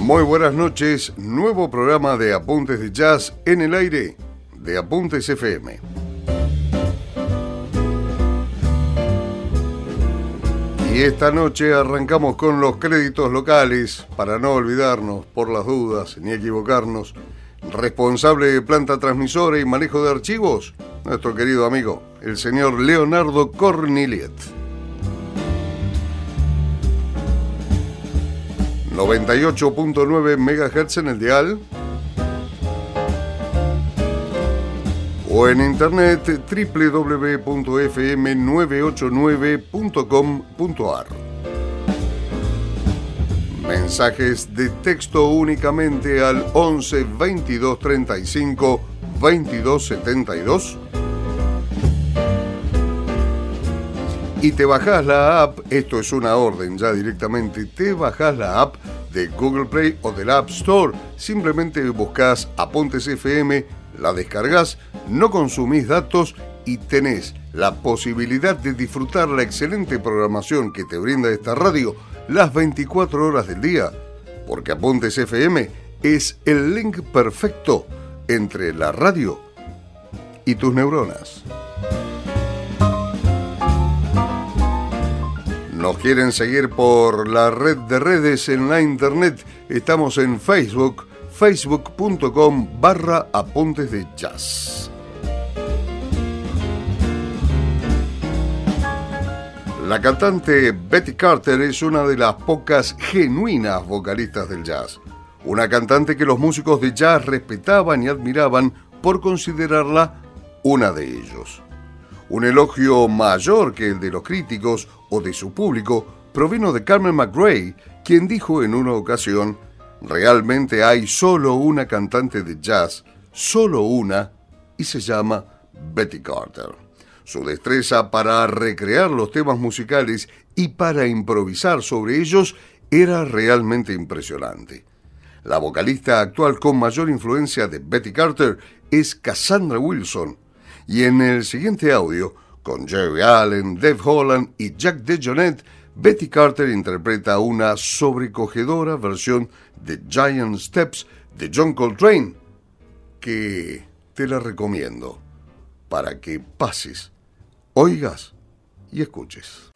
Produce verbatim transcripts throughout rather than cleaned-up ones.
Muy buenas noches, nuevo programa de Apuntes de Jazz en el aire de Apuntes F M. Y esta noche arrancamos con los créditos locales, para no olvidarnos, por las dudas, ni equivocarnos. Responsable de planta transmisora y manejo de archivos, nuestro querido amigo, el señor Leonardo Corniliet. noventa y ocho punto nueve megahertz en el dial o en internet doble u doble u doble u punto f m nueve ocho nueve punto com punto a r. Mensajes de texto únicamente al once veintidós treinta y cinco veintidós setenta y dos. Y te bajás la app, esto es una orden ya directamente, te bajás la app de Google Play o del App Store, simplemente buscás Apuntes F M, la descargás, no consumís datos y tenés la posibilidad de disfrutar la excelente programación que te brinda esta radio las veinticuatro horas del día, porque Apuntes F M es el link perfecto entre la radio y tus neuronas. Nos quieren seguir por la red de redes en la internet. Estamos en Facebook, facebook punto com barra Apuntes de Jazz. La cantante Betty Carter es una de las pocas genuinas vocalistas del jazz. Una cantante que los músicos de jazz respetaban y admiraban por considerarla una de ellos. Un elogio mayor que el de los críticos o de su público provino de Carmen McRae, quien dijo en una ocasión: realmente hay solo una cantante de jazz, solo una, y se llama Betty Carter. Su destreza para recrear los temas musicales y para improvisar sobre ellos era realmente impresionante. La vocalista actual con mayor influencia de Betty Carter es Cassandra Wilson, y en el siguiente audio, con Jerry Allen, Dave Holland y Jack DeJohnette, Betty Carter interpreta una sobrecogedora versión de Giant Steps de John Coltrane, que te la recomiendo para que pases, oigas y escuches.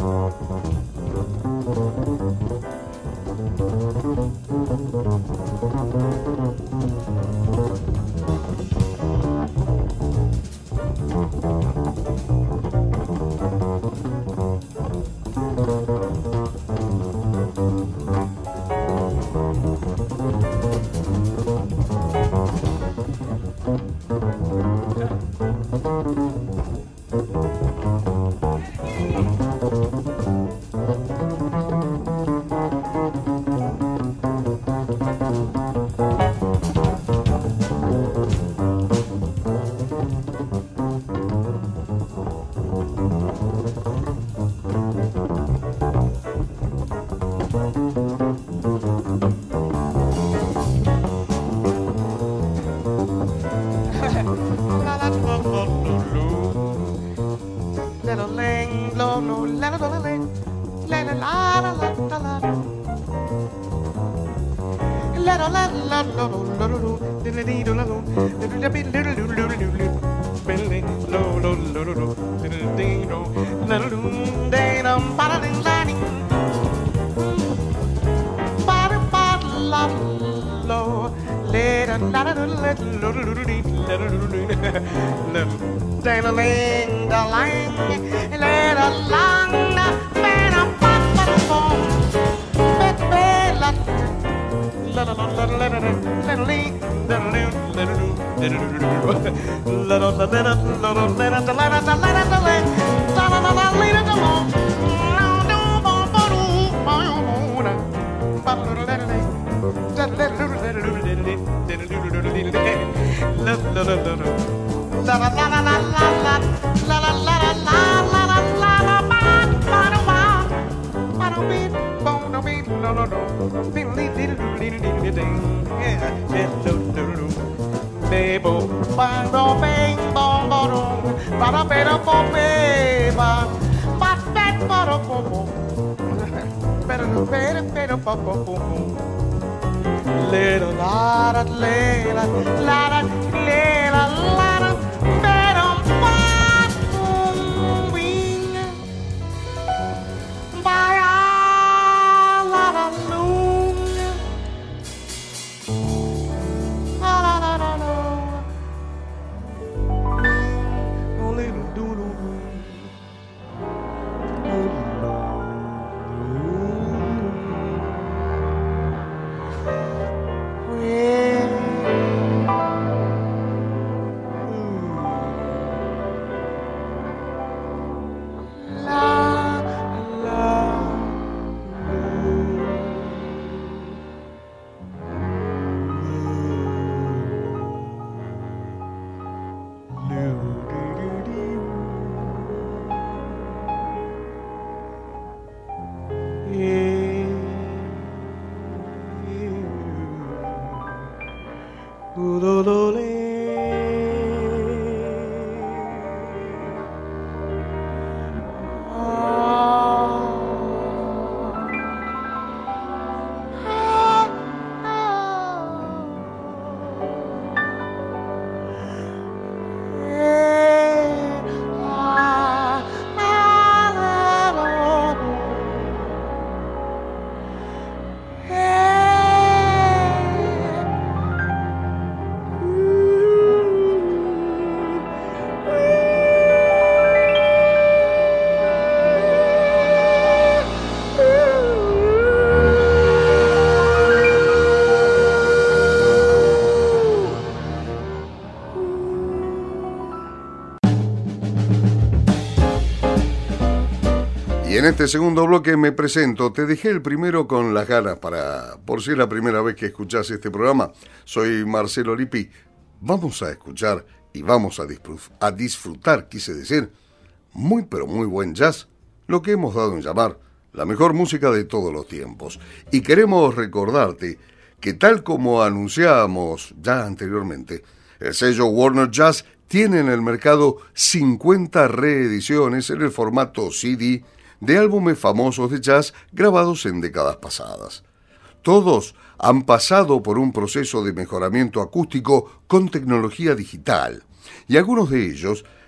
Y en este segundo bloque me presento. Te dejé el primero con las ganas para, por si es la primera vez que escuchás este programa. Soy Marcelo Lippi. Vamos a escuchar y vamos a, disfrut- a disfrutar, quise decir, muy pero muy buen jazz, lo que hemos dado en llamar la mejor música de todos los tiempos. Y queremos recordarte que tal como anunciábamos ya anteriormente, el sello Warner Jazz tiene en el mercado cincuenta reediciones en el formato C D de álbumes famosos de jazz grabados en décadas pasadas. Todos han pasado por un proceso de mejoramiento acústico con tecnología digital, y algunos de ellos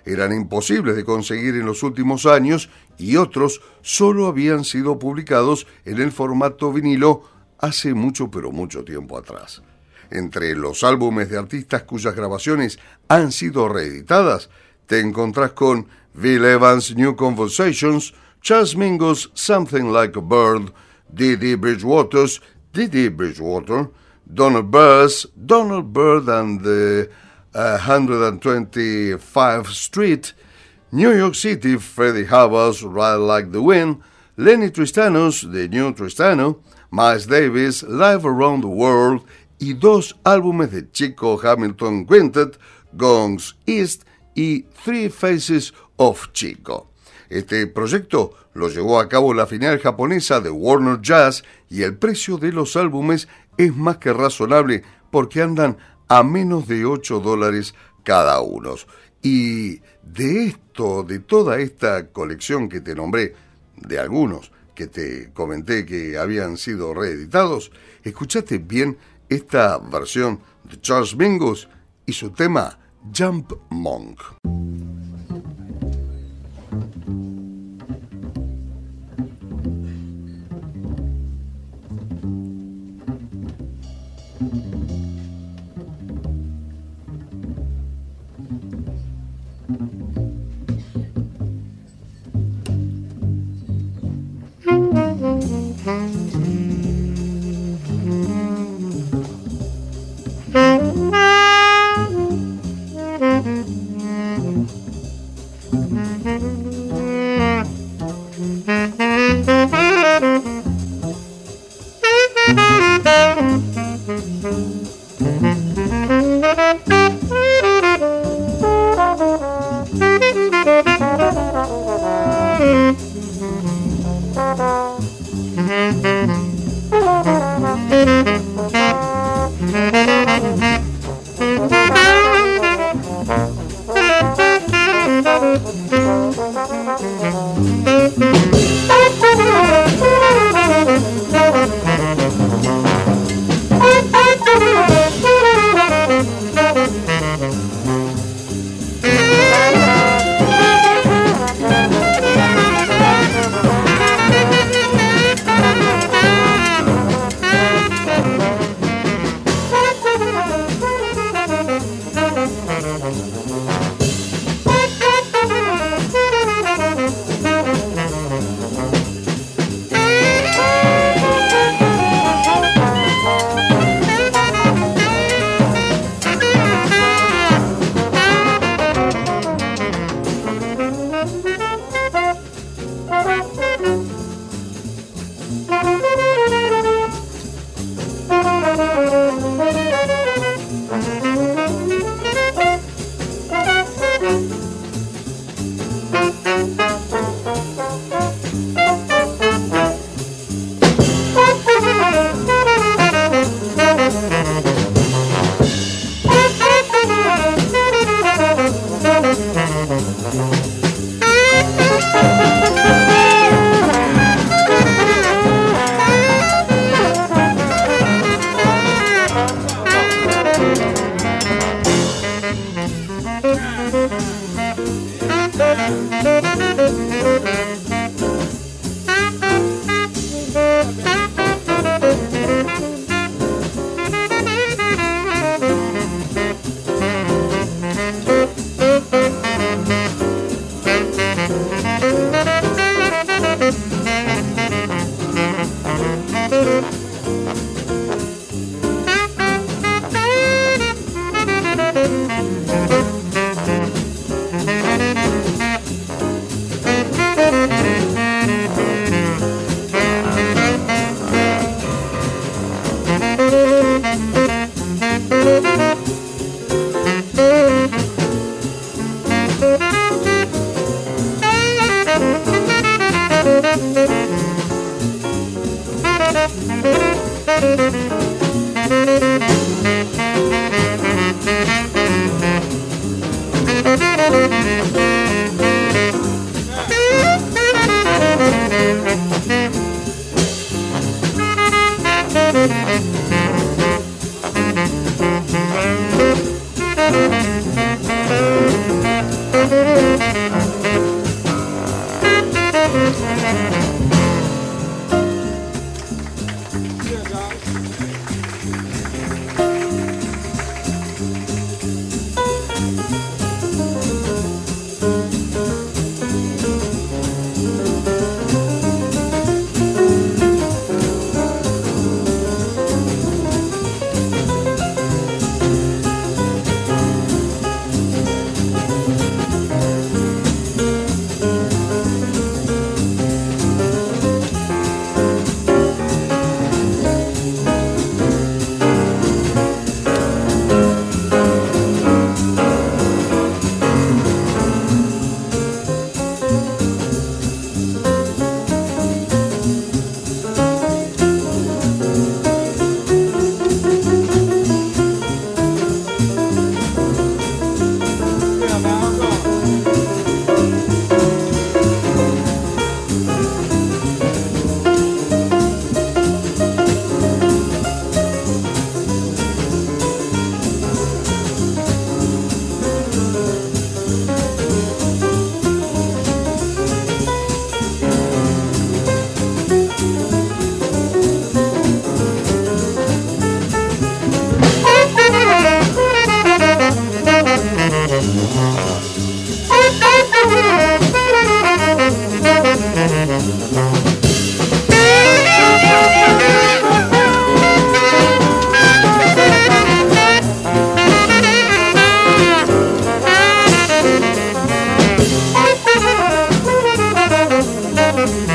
eran imposibles de conseguir en los últimos años y otros solo habían sido publicados en el formato vinilo hace mucho pero mucho tiempo atrás. Entre los álbumes de artistas cuyas grabaciones han sido reeditadas, te encontrás con Bill Evans' New Conversations, Charles Mingus' Something Like a Bird, Dee Bridgewater's Dee Bridgewater, Donald Byrd's Donald Byrd and the uh, one hundred twenty-fifth Street, New York City, Freddie Hubbard's Ride Like the Wind, Lenny Tristano's The New Tristano, Miles Davis' Live Around the World y dos álbumes de Chico Hamilton Quintet, Gongs East y Three Faces of Chico. Este proyecto lo llevó a cabo la filial japonesa de Warner Jazz y el precio de los álbumes es más que razonable porque andan a menos de ocho dólares cada uno. Y de esto, de toda esta colección que te nombré, de algunos que te comenté que habían sido reeditados, escuchate bien esta versión de Charles Mingus y su tema Jump Monk.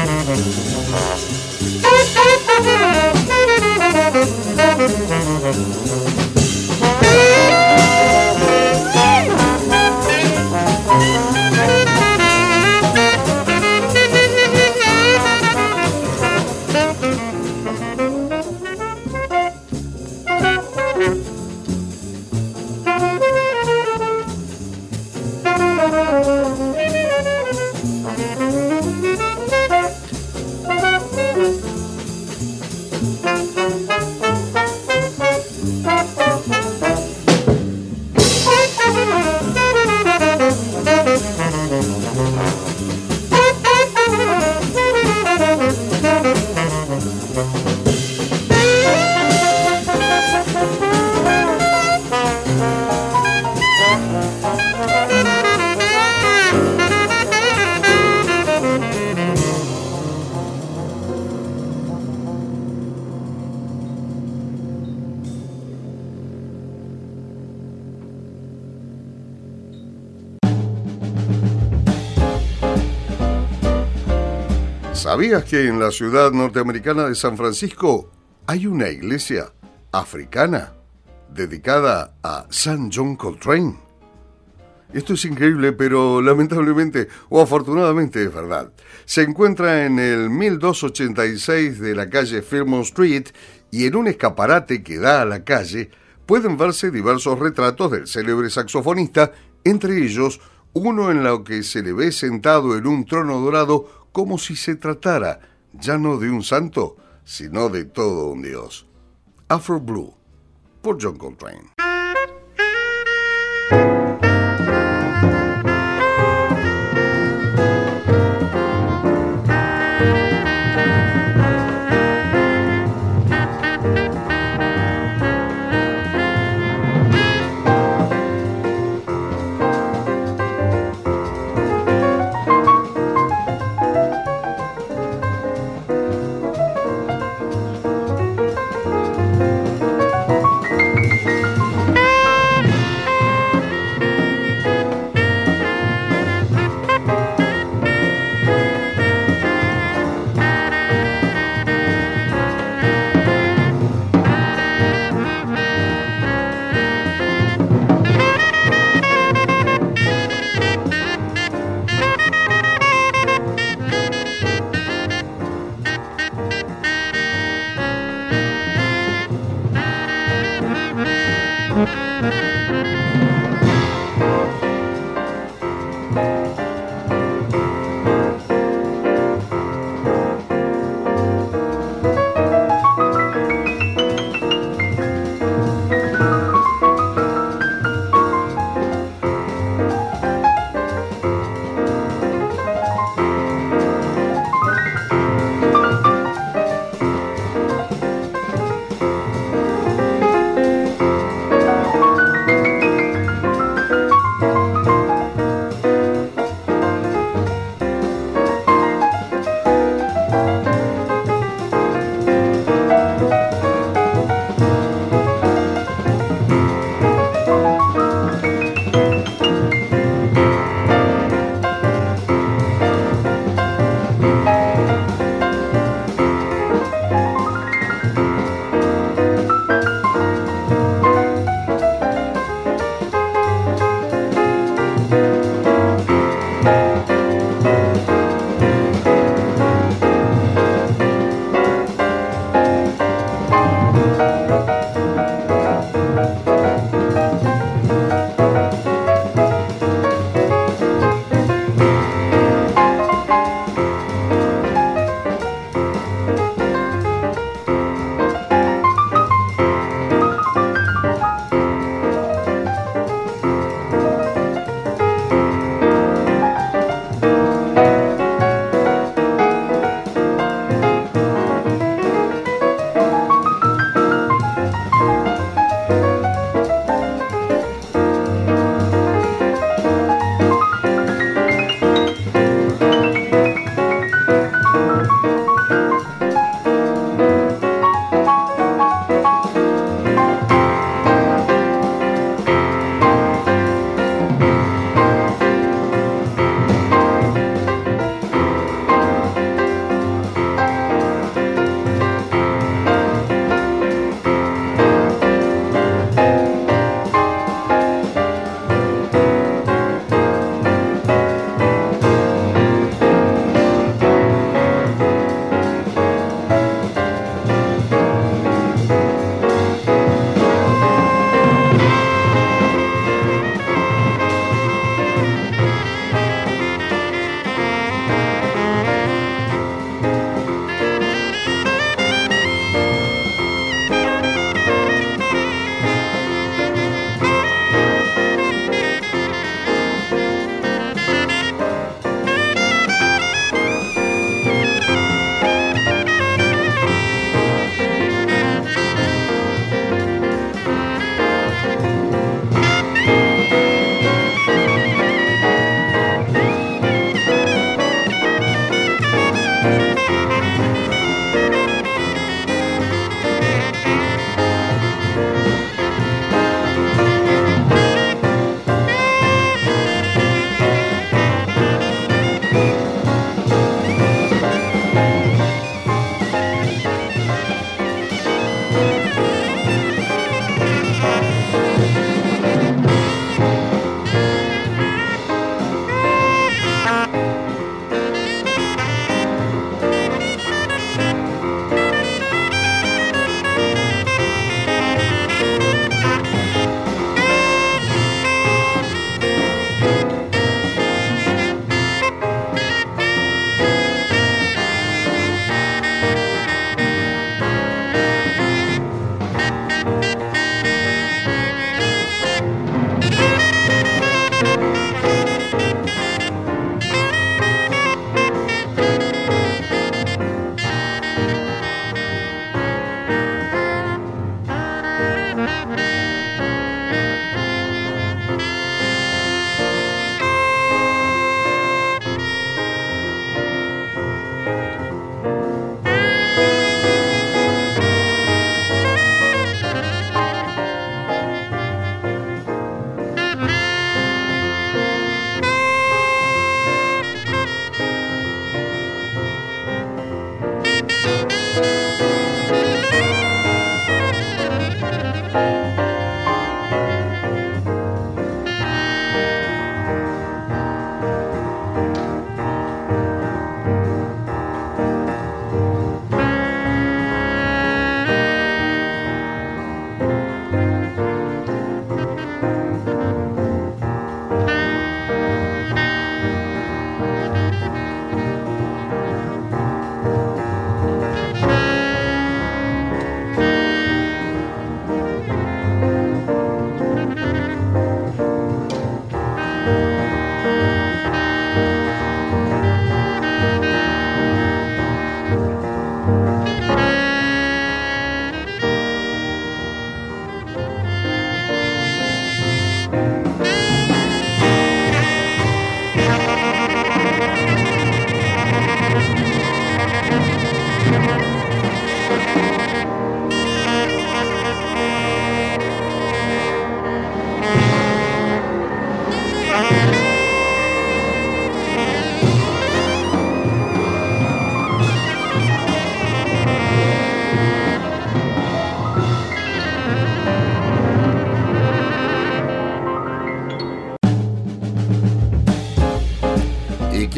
¿Sabías que en la ciudad norteamericana de San Francisco hay una iglesia africana dedicada a San John Coltrane? Esto es increíble, pero lamentablemente o afortunadamente es verdad. Se encuentra en el mil doscientos ochenta y seis de la calle Fillmore Street y en un escaparate que da a la calle pueden verse diversos retratos del célebre saxofonista, entre ellos uno en lo que se le ve sentado en un trono dorado como si se tratara ya no de un santo, sino de todo un dios. Afro Blue, por John Coltrane.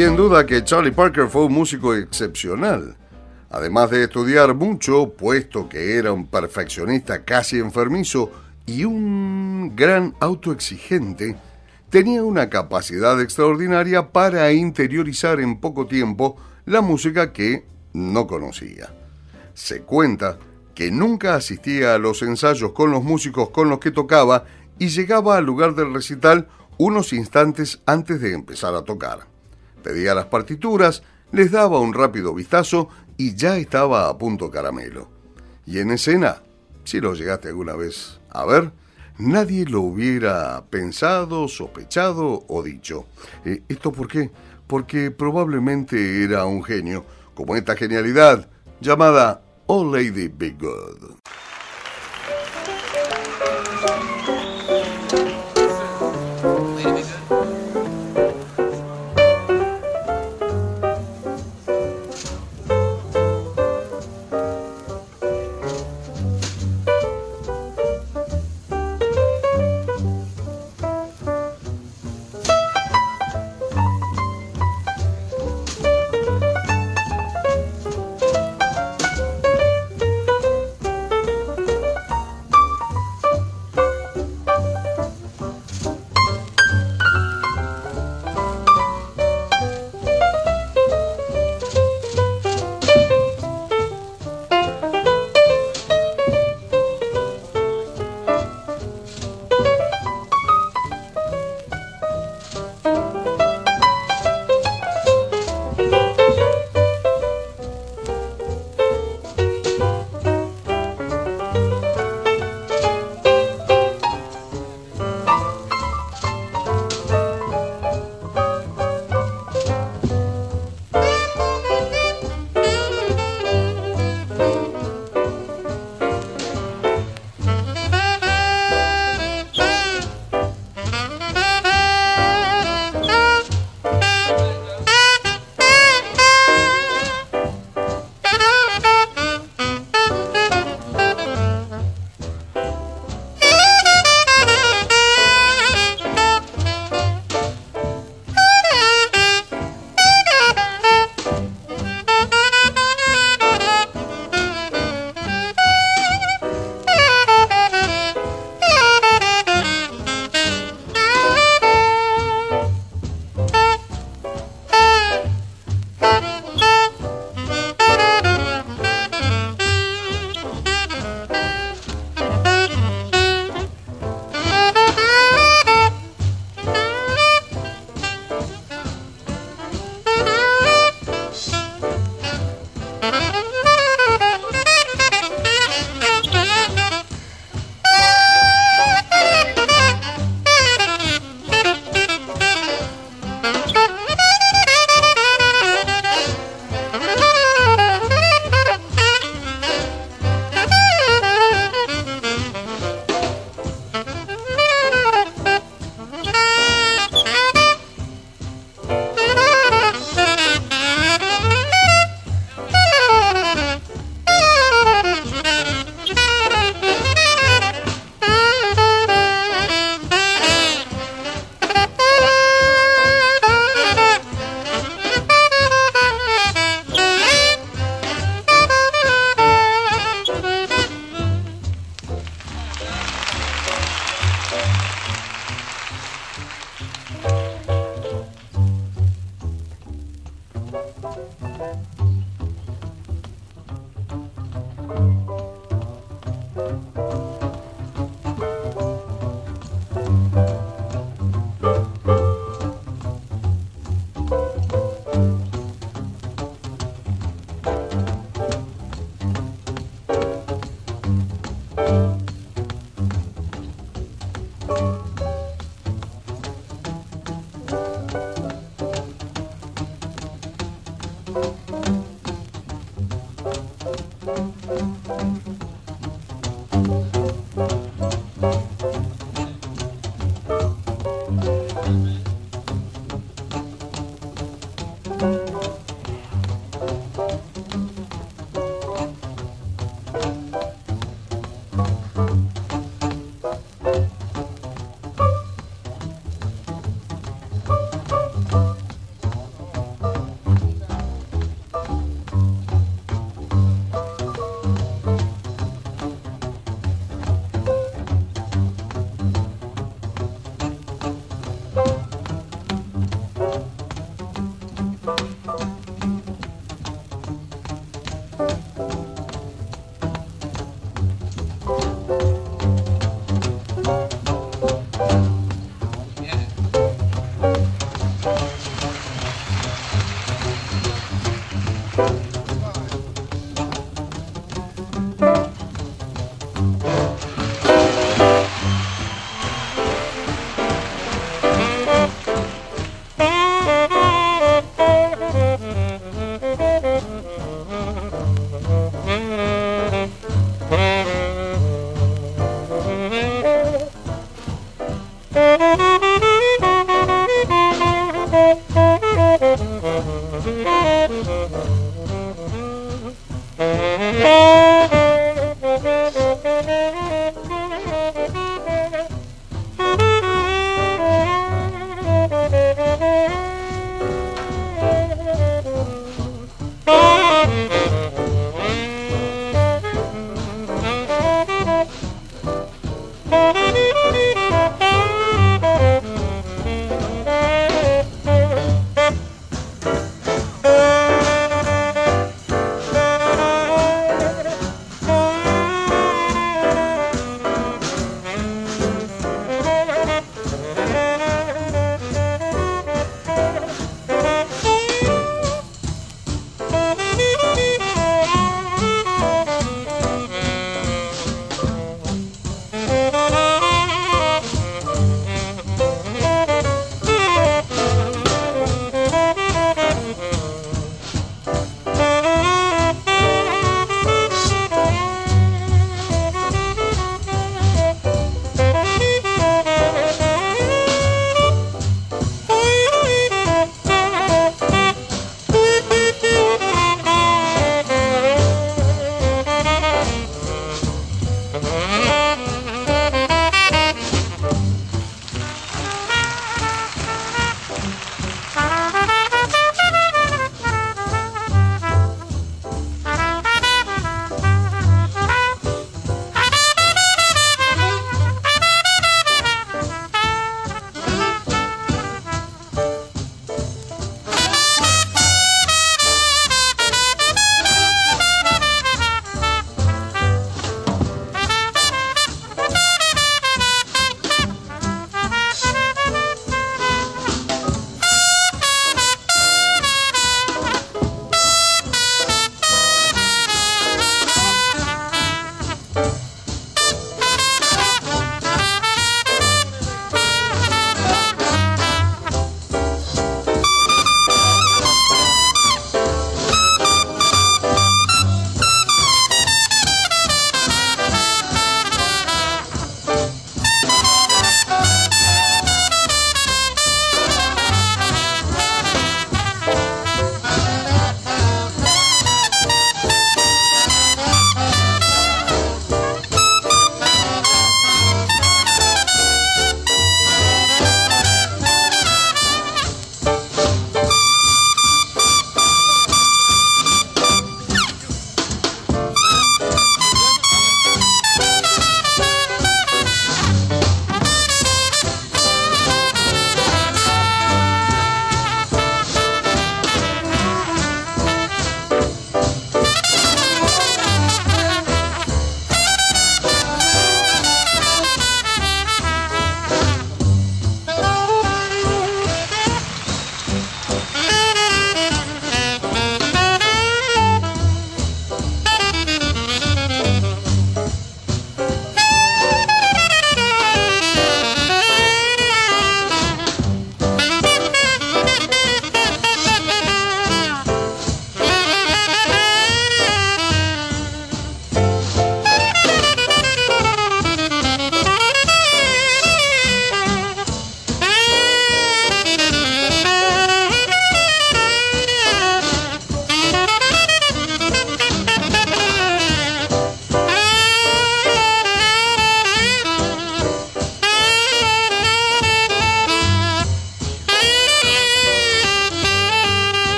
¿Quién duda que Charlie Parker fue un músico excepcional? Además de estudiar mucho, puesto que era un perfeccionista casi enfermizo y un gran autoexigente, tenía una capacidad extraordinaria para interiorizar en poco tiempo la música que no conocía. Se cuenta que nunca asistía a los ensayos con los músicos con los que tocaba y llegaba al lugar del recital unos instantes antes de empezar a tocar. Pedía las partituras, les daba un rápido vistazo y ya estaba a punto caramelo. Y en escena, si lo llegaste alguna vez a ver, nadie lo hubiera pensado, sospechado o dicho. Eh, ¿Esto por qué? Porque probablemente era un genio, como esta genialidad llamada Oh Lady Be Good.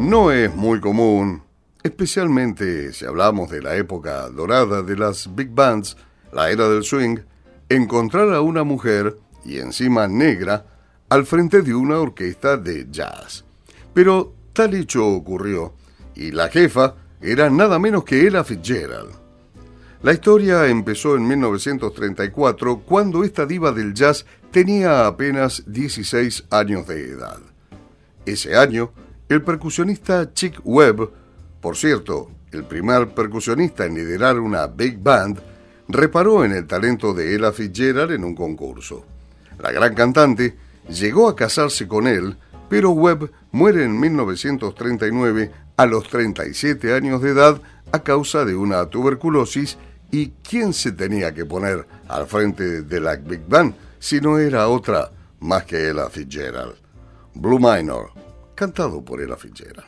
No es muy común, especialmente si hablamos de la época dorada de las big bands, la era del swing, encontrar a una mujer, y encima negra, al frente de una orquesta de jazz. Pero tal hecho ocurrió, y la jefa era nada menos que Ella Fitzgerald. La historia empezó en mil novecientos treinta y cuatro, cuando esta diva del jazz tenía apenas dieciséis años de edad. Ese año, el percusionista Chick Webb, por cierto, el primer percusionista en liderar una big band, reparó en el talento de Ella Fitzgerald en un concurso. La gran cantante llegó a casarse con él, pero Webb muere en mil novecientos treinta y nueve a los treinta y siete años de edad a causa de una tuberculosis. ¿Y quién se tenía que poner al frente de la big band si no era otra más que Ella Fitzgerald? Blue Minor, cantado por Ella Fitzgerald.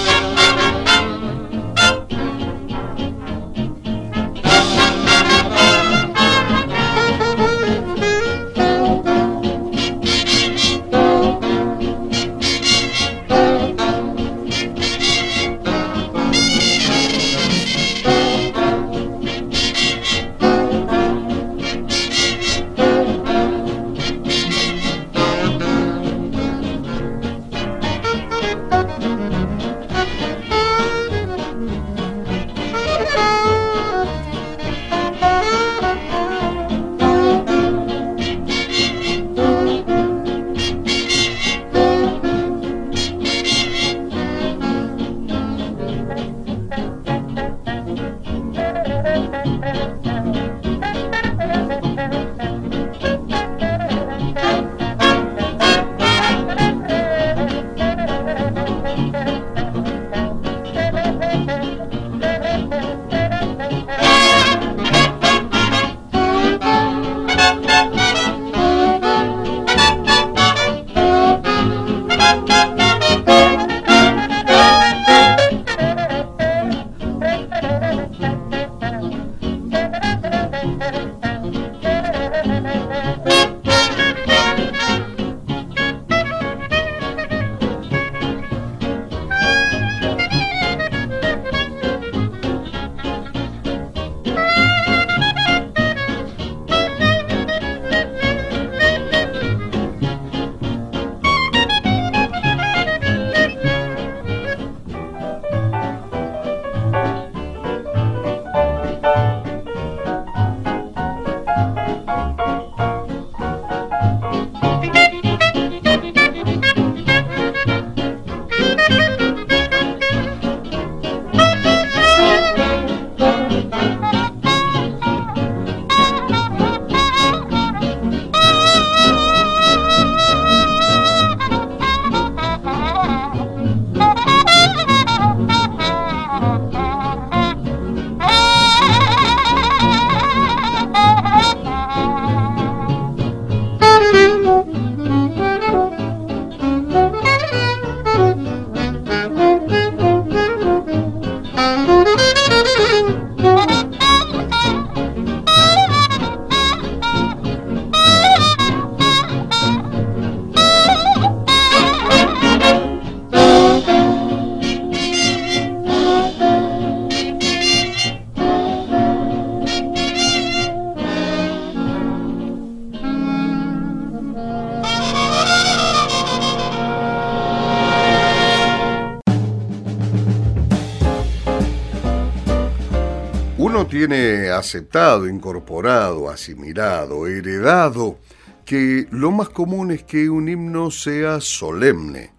Uno tiene aceptado, incorporado, asimilado, heredado, que lo más común es que un himno sea solemne,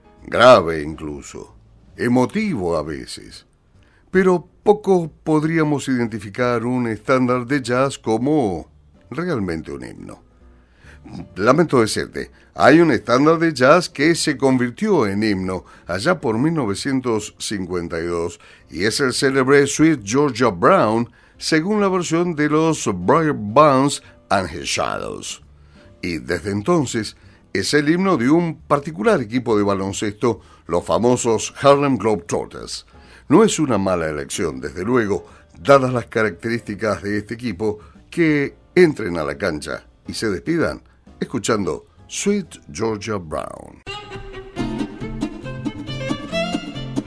grave incluso, emotivo a veces, pero poco podríamos identificar un estándar de jazz como realmente un himno. Lamento decirte, hay un estándar de jazz que se convirtió en himno allá por mil novecientos cincuenta y dos y es el célebre Sweet Georgia Brown, según la versión de los Briar Bounds and His Shadows. Y desde entonces es el himno de un particular equipo de baloncesto, los famosos Harlem Globetrotters. No es una mala elección, desde luego, dadas las características de este equipo, que entren a la cancha y se despidan escuchando Sweet Georgia Brown.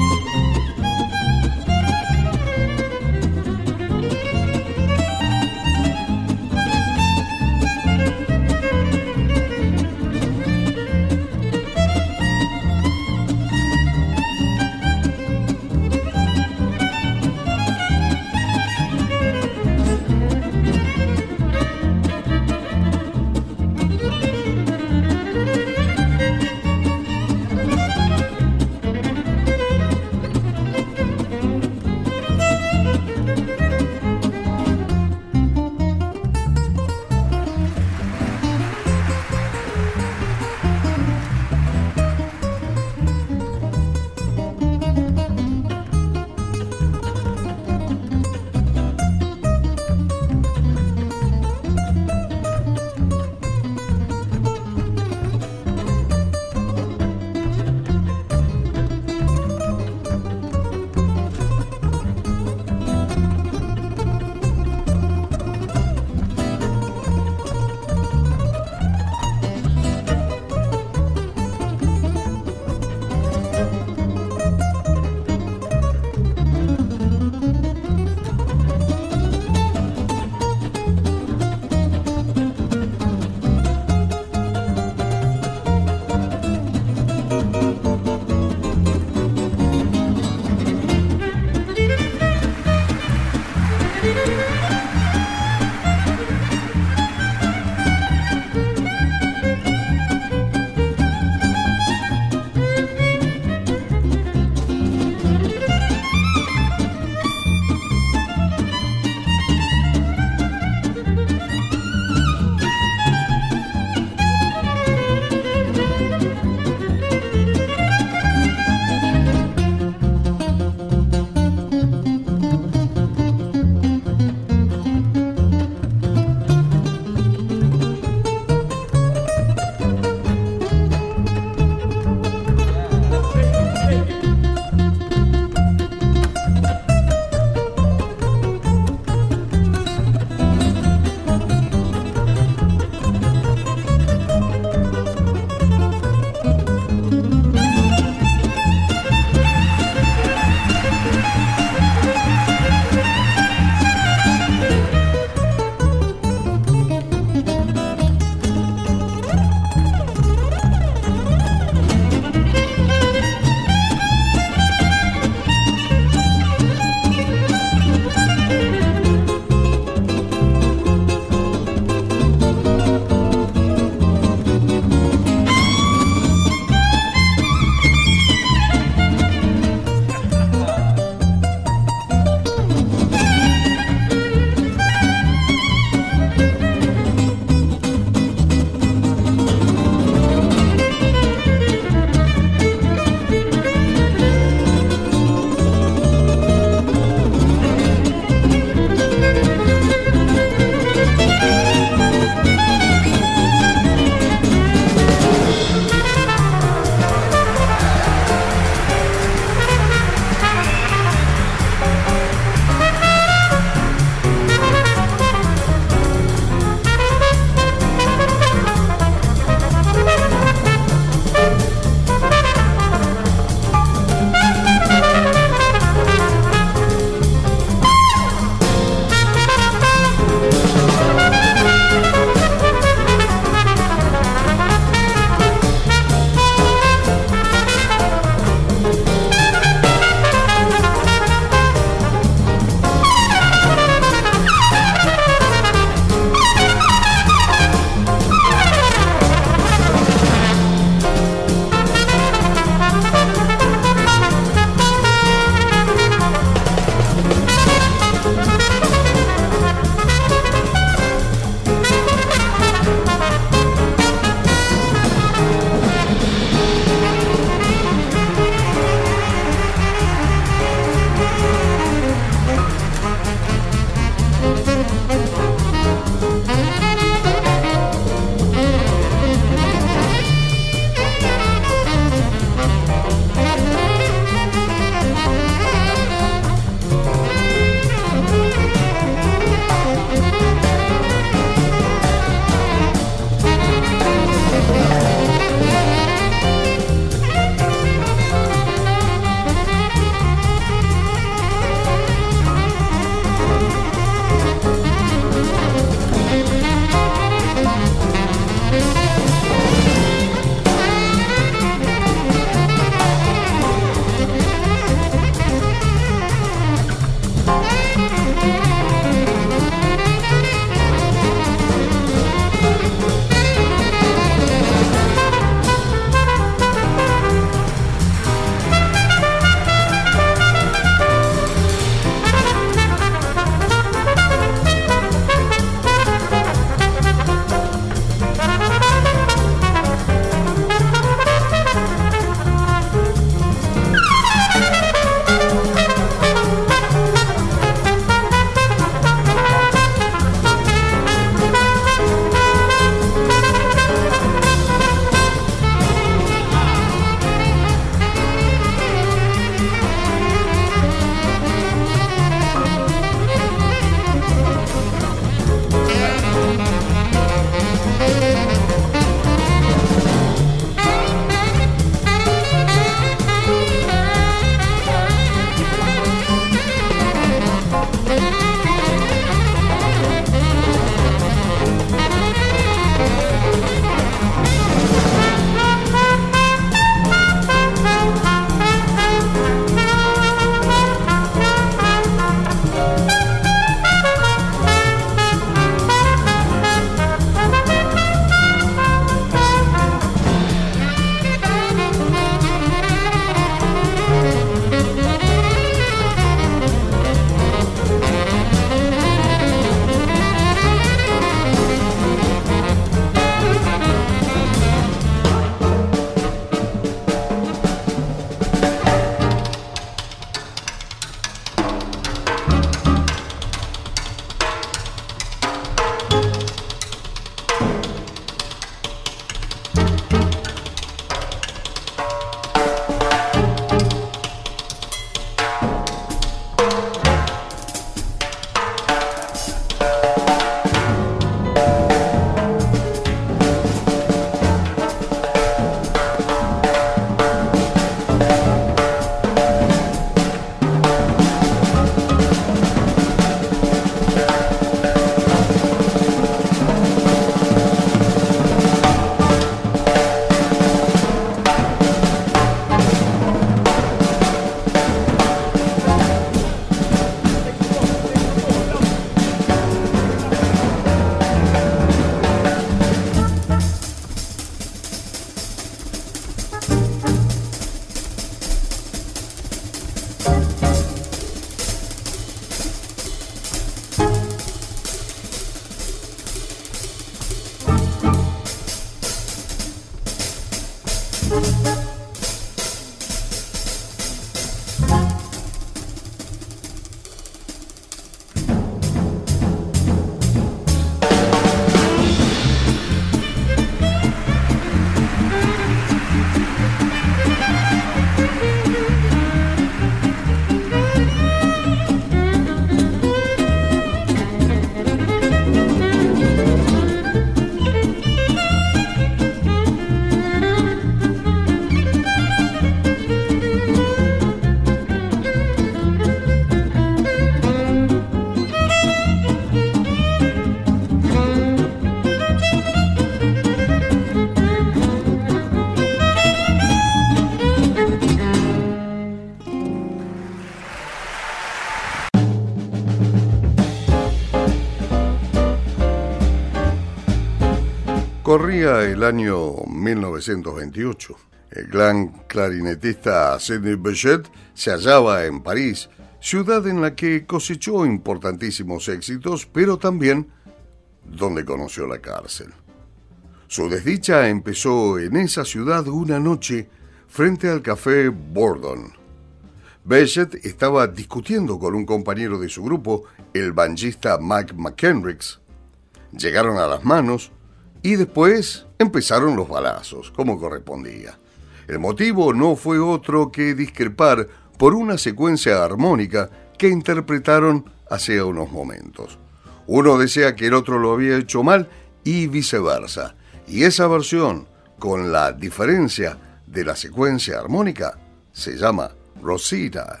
Corría el año mil novecientos veintiocho. El gran clarinetista Sidney Bechet se hallaba en París, ciudad en la que cosechó importantísimos éxitos, pero también donde conoció la cárcel. Su desdicha empezó en esa ciudad una noche frente al café Bourdon. Bechet estaba discutiendo con un compañero de su grupo, el banjista Mike McKendricks. Llegaron a las manos y después empezaron los balazos, como correspondía. El motivo no fue otro que discrepar por una secuencia armónica que interpretaron hace unos momentos. Uno decía que el otro lo había hecho mal y viceversa. Y esa versión, con la diferencia de la secuencia armónica, se llama Rosita.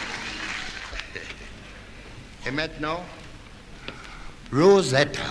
Et maintenant, Rosetta.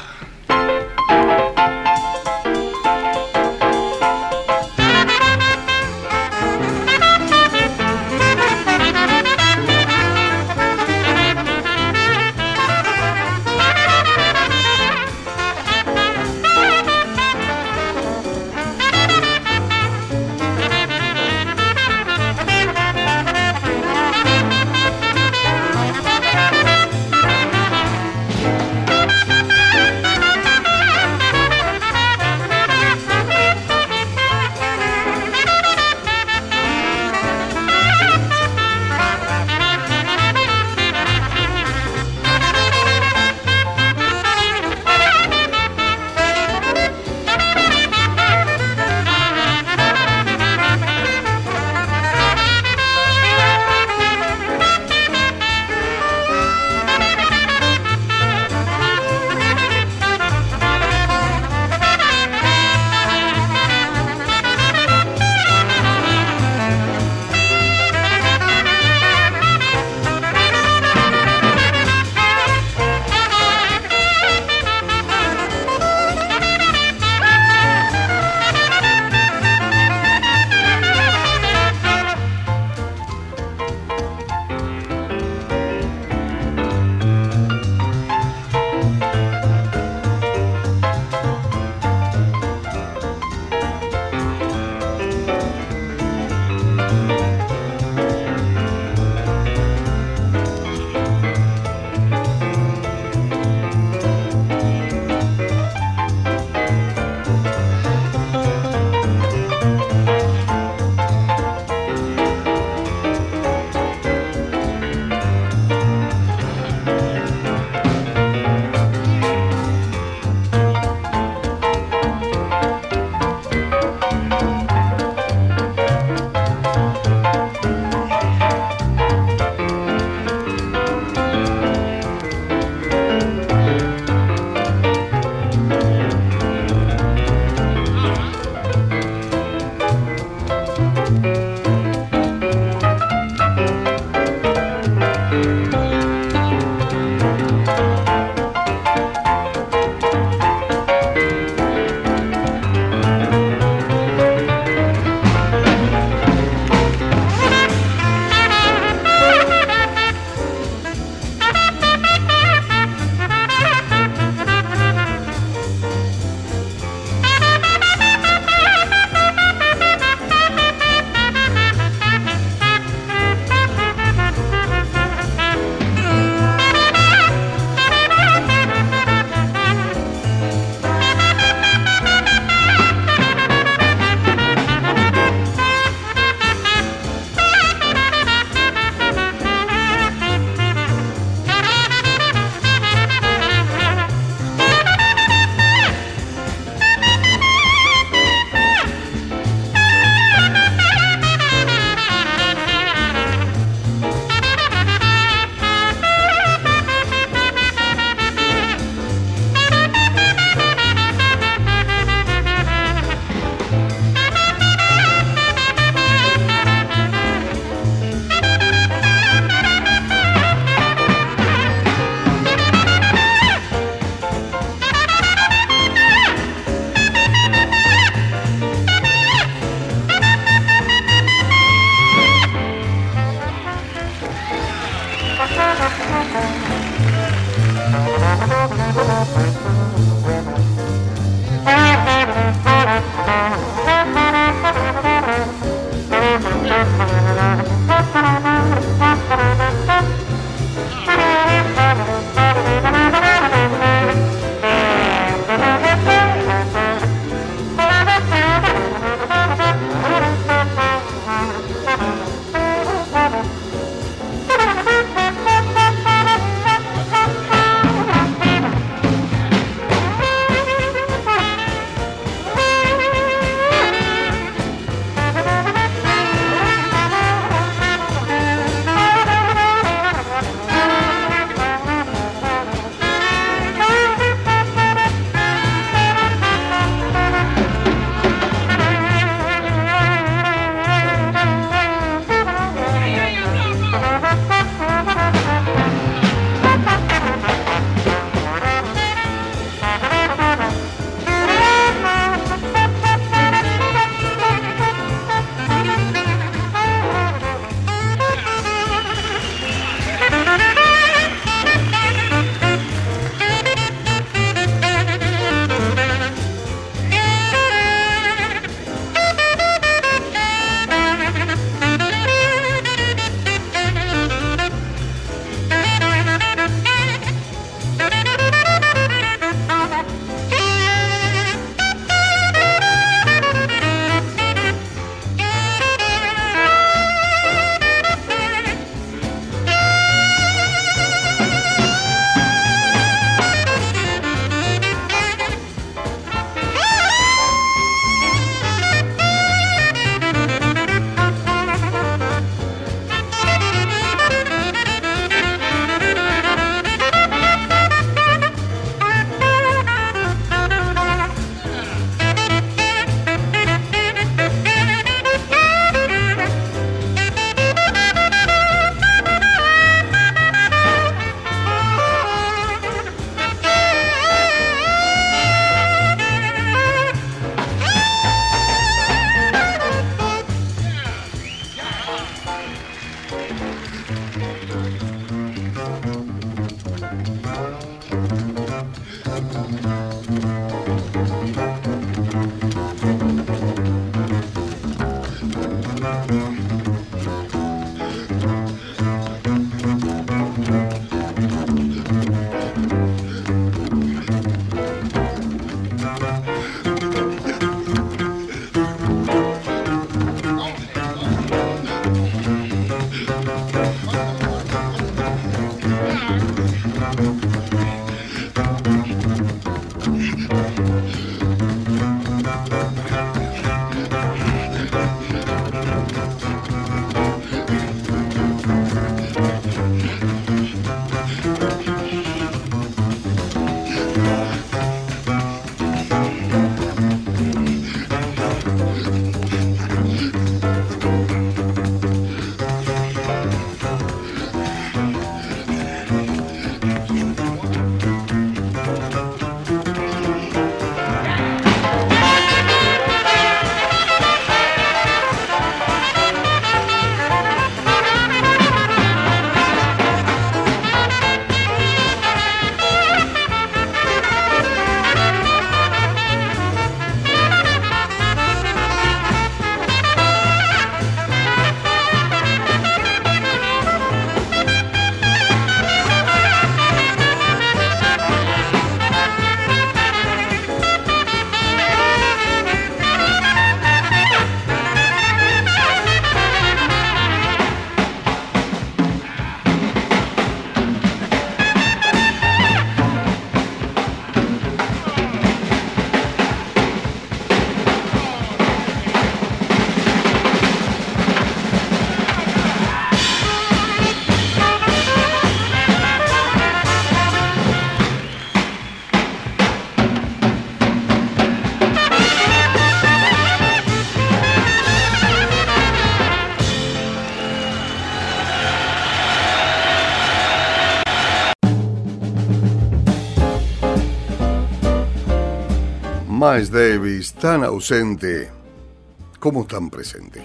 Miles Davis, tan ausente como tan presente.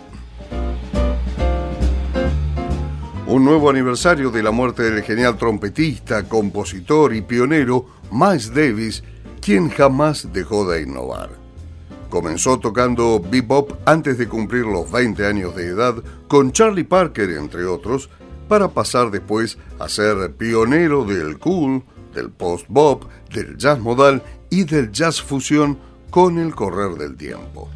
Un nuevo aniversario de la muerte del genial trompetista, compositor y pionero Miles Davis, quien jamás dejó de innovar. Comenzó tocando bebop antes de cumplir los veinte años de edad con Charlie Parker, entre otros, para pasar después a ser pionero del cool, del post-bop, del jazz modal y del jazz fusión con el correr del tiempo.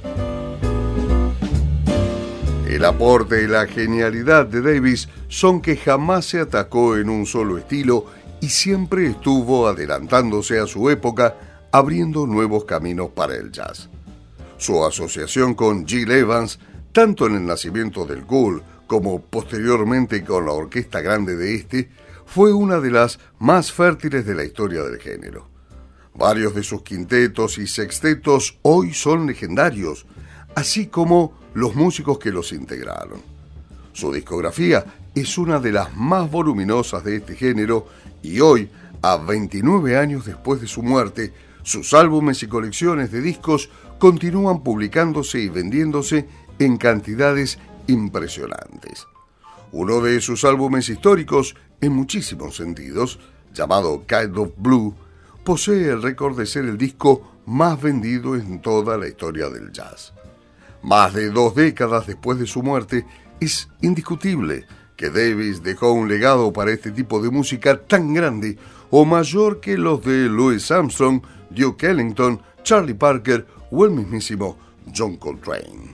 El aporte y la genialidad de Davis son que jamás se atacó en un solo estilo y siempre estuvo adelantándose a su época, abriendo nuevos caminos para el jazz. Su asociación con Gil Evans, tanto en el nacimiento del cool como posteriormente con la orquesta grande de este, fue una de las más fértiles de la historia del género. Varios de sus quintetos y sextetos hoy son legendarios, así como los músicos que los integraron. Su discografía es una de las más voluminosas de este género y hoy, a veintinueve años después de su muerte, sus álbumes y colecciones de discos continúan publicándose y vendiéndose en cantidades impresionantes. Uno de sus álbumes históricos, en muchísimos sentidos, llamado Kind of Blue, posee el récord de ser el disco más vendido en toda la historia del jazz. Más de dos décadas después de su muerte, es indiscutible que Davis dejó un legado para este tipo de música tan grande o mayor que los de Louis Armstrong, Duke Ellington, Charlie Parker o el mismísimo John Coltrane.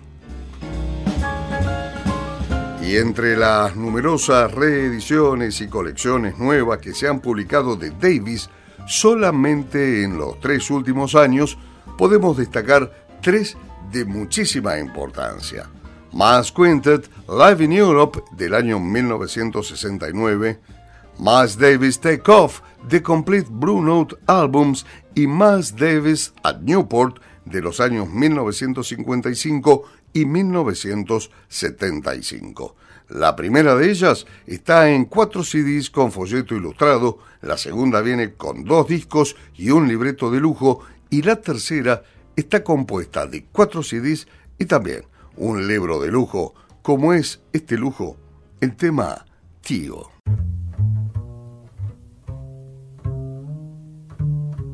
Y entre las numerosas reediciones y colecciones nuevas que se han publicado de Davis, solamente en los tres últimos años podemos destacar tres de muchísima importancia. Miles Quintet Live in Europe del año mil novecientos sesenta y nueve, Miles Davis Take Off The Complete Blue Note Albums y Miles Davis at Newport de los años mil novecientos cincuenta y cinco y mil novecientos setenta y cinco. La primera de ellas está en cuatro C Ds con folleto ilustrado, la segunda viene con dos discos y un libreto de lujo, y la tercera está compuesta de cuatro C Ds y también un libro de lujo, como es este lujo, el tema Tío.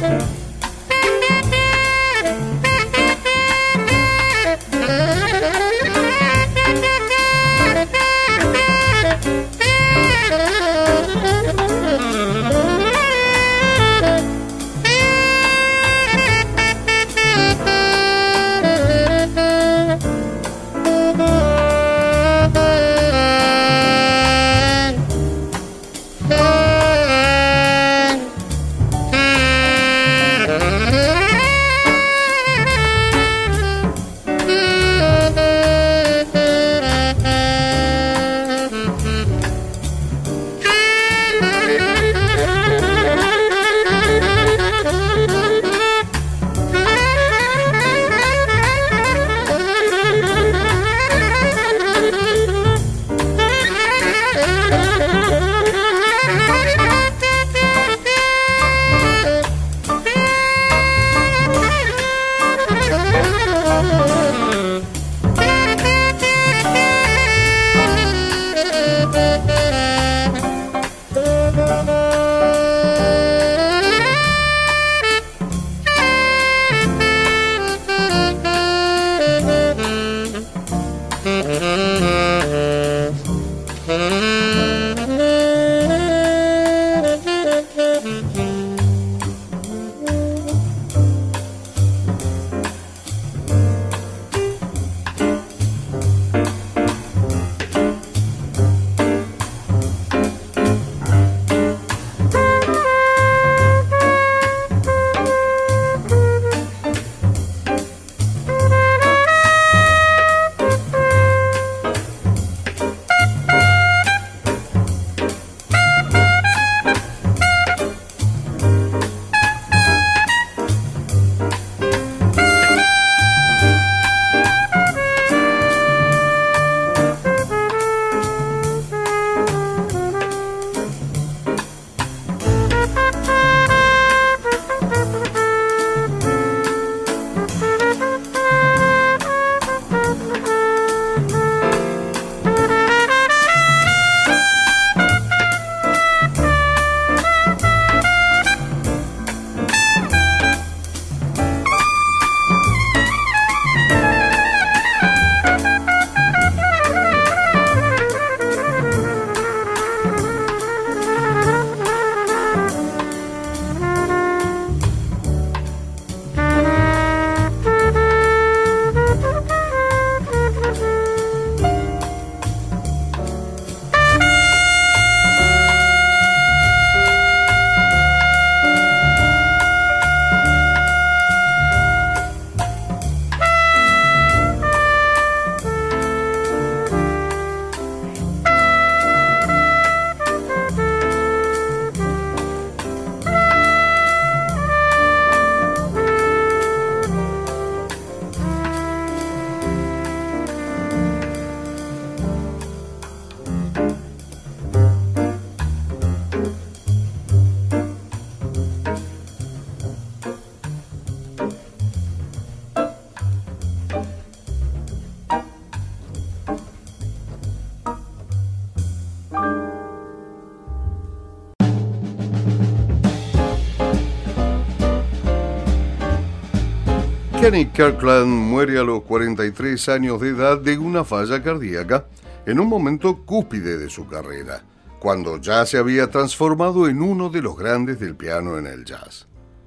Kenny Kirkland muere a los cuarenta y tres años de edad de una falla cardíaca en un momento cúspide de su carrera, cuando ya se había transformado en uno de los grandes del piano en el jazz.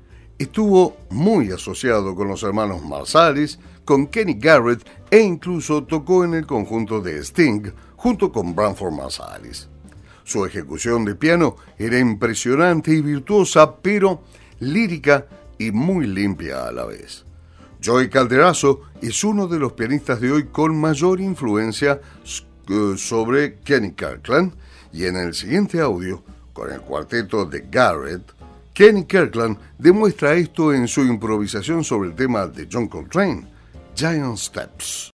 Estuvo muy asociado con los hermanos Marsalis, con Kenny Garrett e incluso tocó en el conjunto de Sting junto con Branford Marsalis. Su ejecución de piano era impresionante y virtuosa, pero lírica y muy limpia a la vez. Joey Calderazzo es uno de los pianistas de hoy con mayor influencia sobre Kenny Kirkland, y en el siguiente audio, con el cuarteto de Garrett, Kenny Kirkland demuestra esto en su improvisación sobre el tema de John Coltrane, Giant Steps.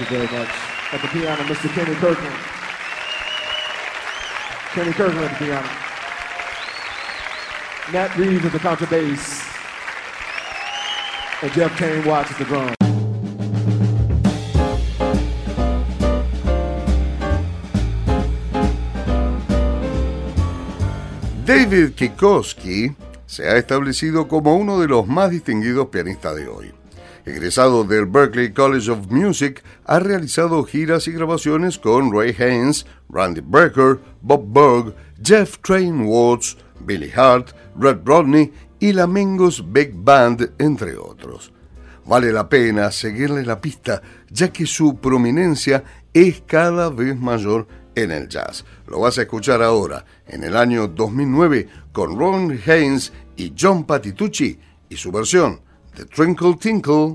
very much. At the piano, Mister Kenny Kirkland. Kenny Kirkland at the piano. Nat Reeves at the contrabass. And Jeff Kane Watts at the drum. David Kikoski se ha establecido como uno de los más distinguidos pianistas de hoy. Egresado del Berklee College of Music, ha realizado giras y grabaciones con Ray Haynes, Randy Brecker, Bob Berg, Jeff Train Watts, Billy Hart, Red Rodney y la Mingus Big Band, entre otros. Vale la pena seguirle la pista, ya que su prominencia es cada vez mayor en el jazz. Lo vas a escuchar ahora, en el año dos mil nueve, con Ron Haynes y John Patitucci, y su versión de Twinkle Tinkle.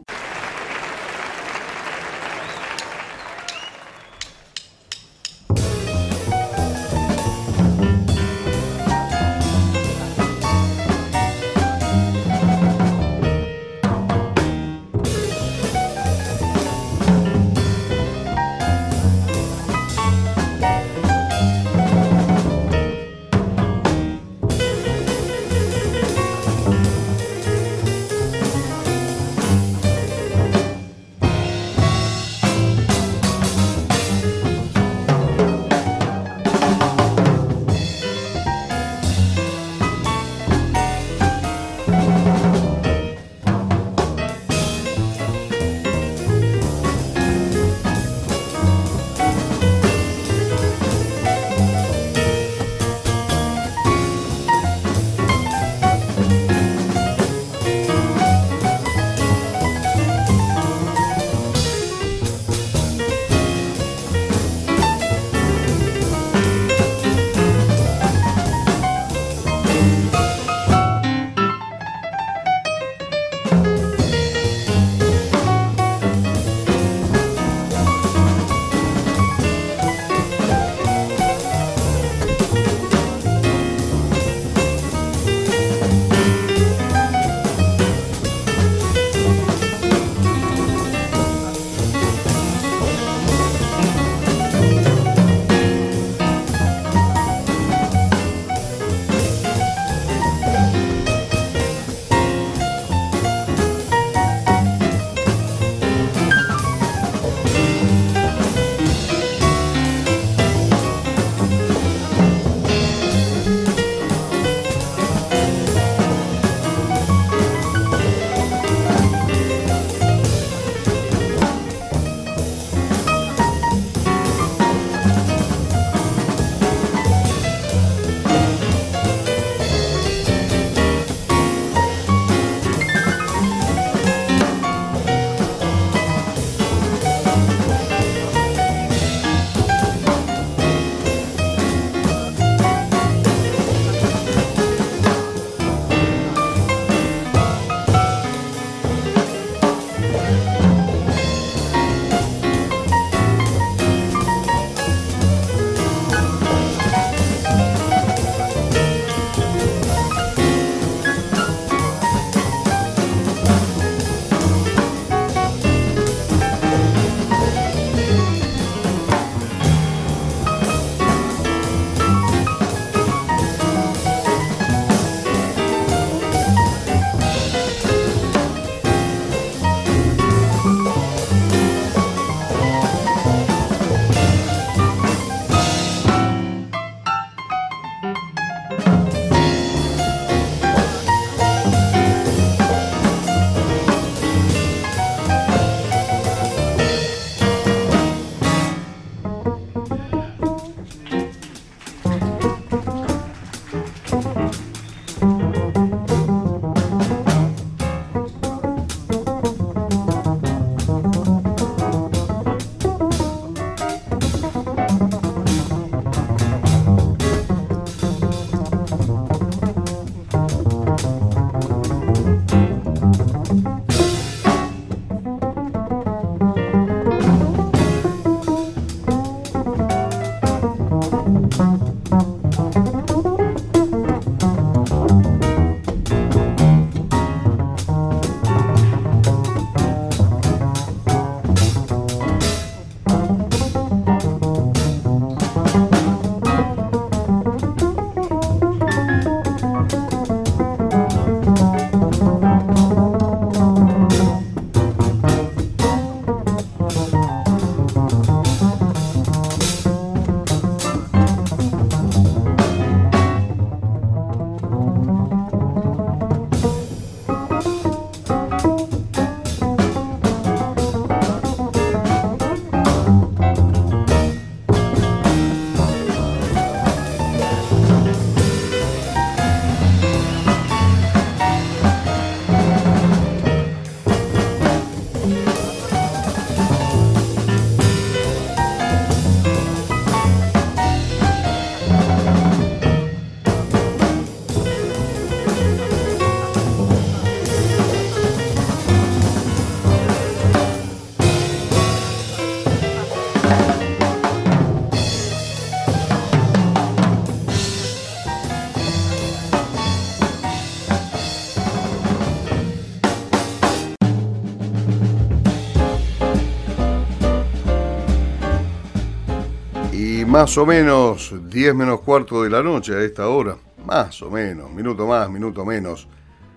Más o menos diez menos cuarto de la noche a esta hora, más o menos, minuto más, minuto menos,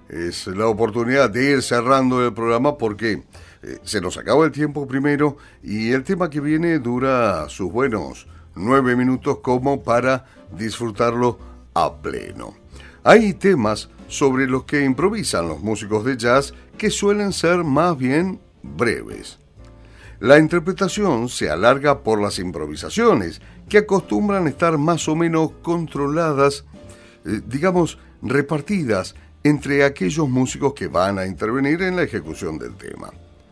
es la oportunidad de ir cerrando el programa porque eh, se nos acaba el tiempo primero y el tema que viene dura sus buenos nueve minutos como para disfrutarlo a pleno. Hay temas sobre los que improvisan los músicos de jazz que suelen ser más bien breves. La interpretación se alarga por las improvisaciones, que acostumbran estar más o menos controladas, eh, digamos, repartidas entre aquellos músicos que van a intervenir en la ejecución del tema.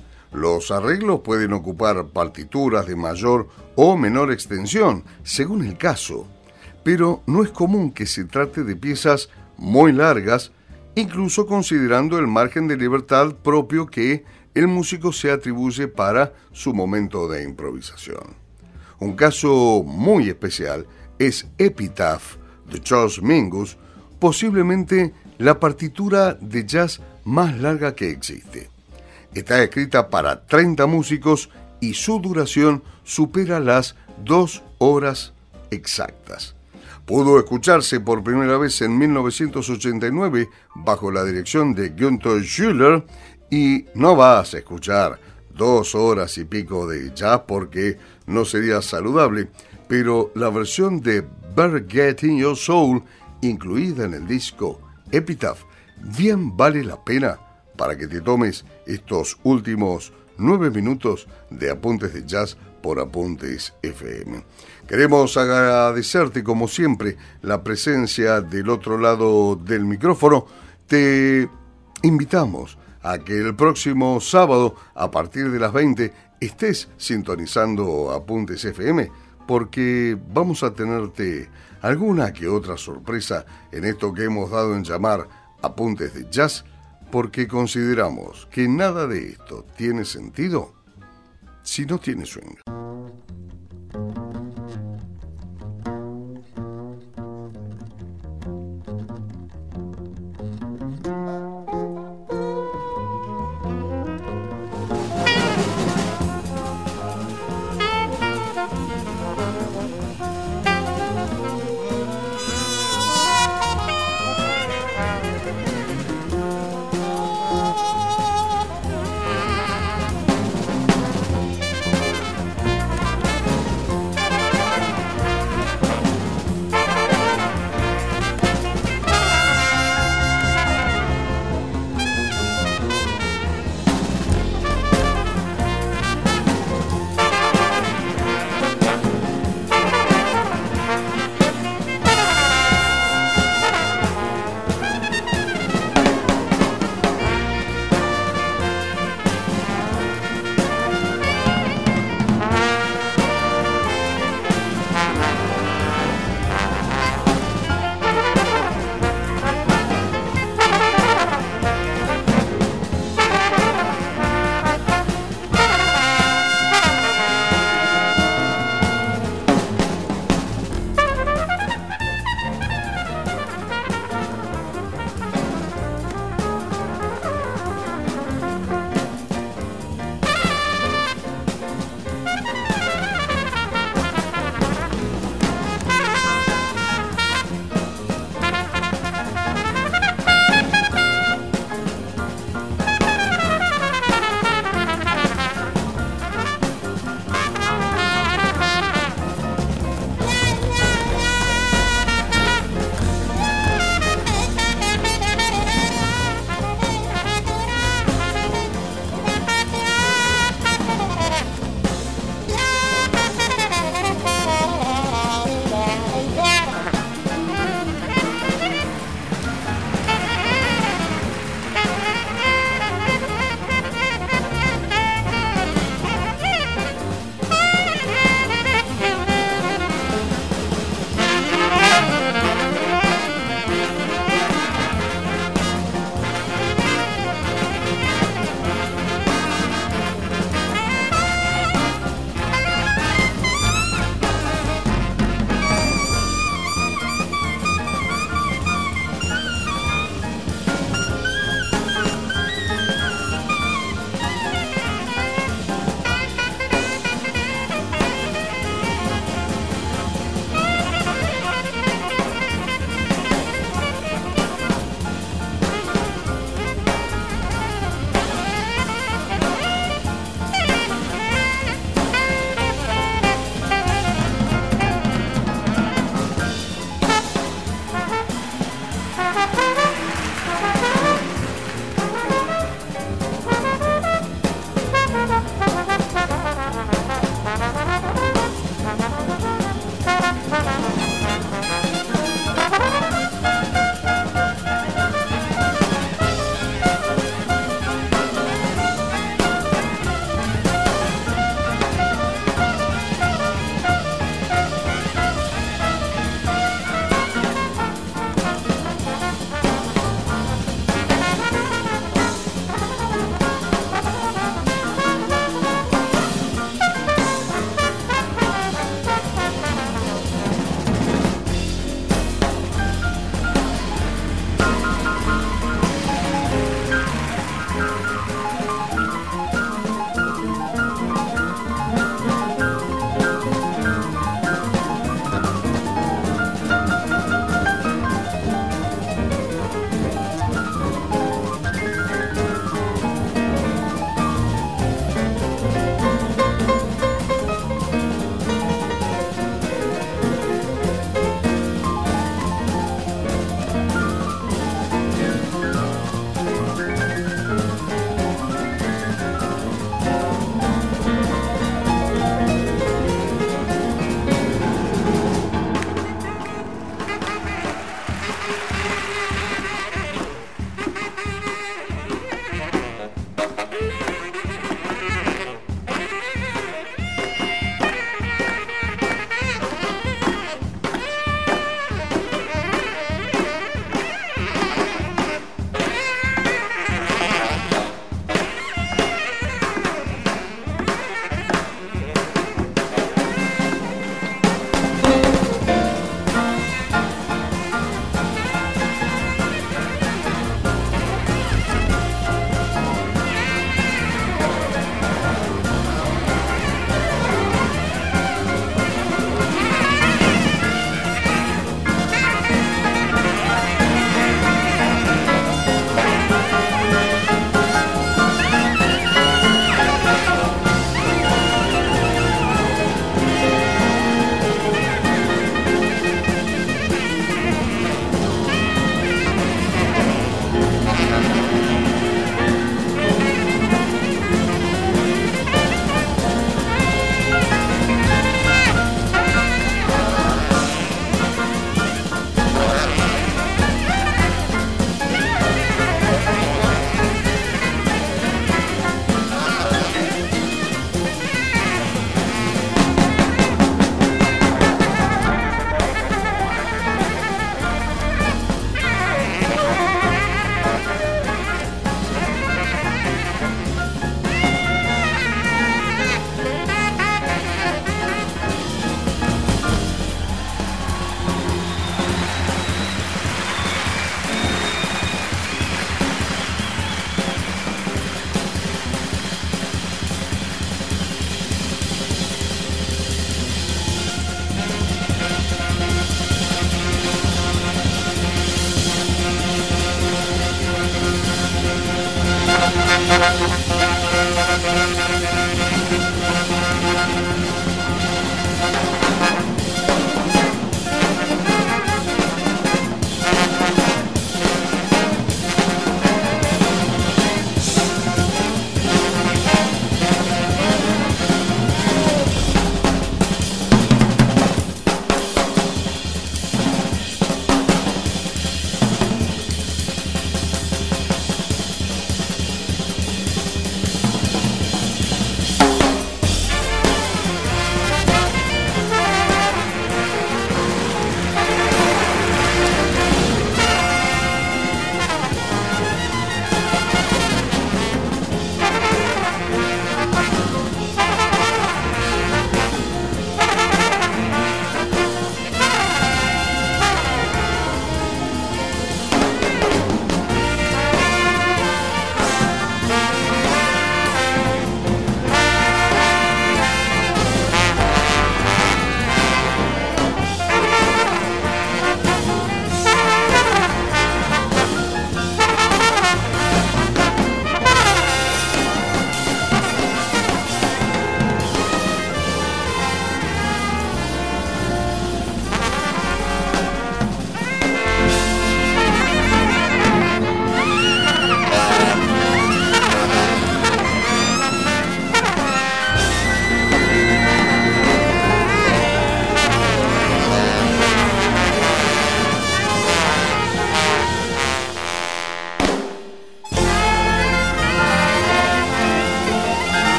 Los arreglos pueden ocupar partituras de mayor o menor extensión, según el caso, pero no es común que se trate de piezas muy largas, incluso considerando el margen de libertad propio que el músico se atribuye para su momento de improvisación. Un caso muy especial es Epitaph de Charles Mingus, posiblemente la partitura de jazz más larga que existe. Está escrita para treinta músicos y su duración supera las dos horas exactas. Pudo escucharse por primera vez en mil novecientos ochenta y nueve bajo la dirección de Günther Schuller y no vas a escuchar dos horas y pico de jazz porque no sería saludable, pero la versión de Better Get In Your Soul, incluida en el disco Epitaph, bien vale la pena para que te tomes estos últimos nueve minutos de Apuntes de Jazz por Apuntes F M. Queremos agradecerte, como siempre, la presencia del otro lado del micrófono. Te invitamos a que el próximo sábado, a partir de las veinte, estés sintonizando Apuntes F M, porque vamos a tenerte alguna que otra sorpresa en esto que hemos dado en llamar Apuntes de Jazz, porque consideramos que nada de esto tiene sentido si no tiene swing.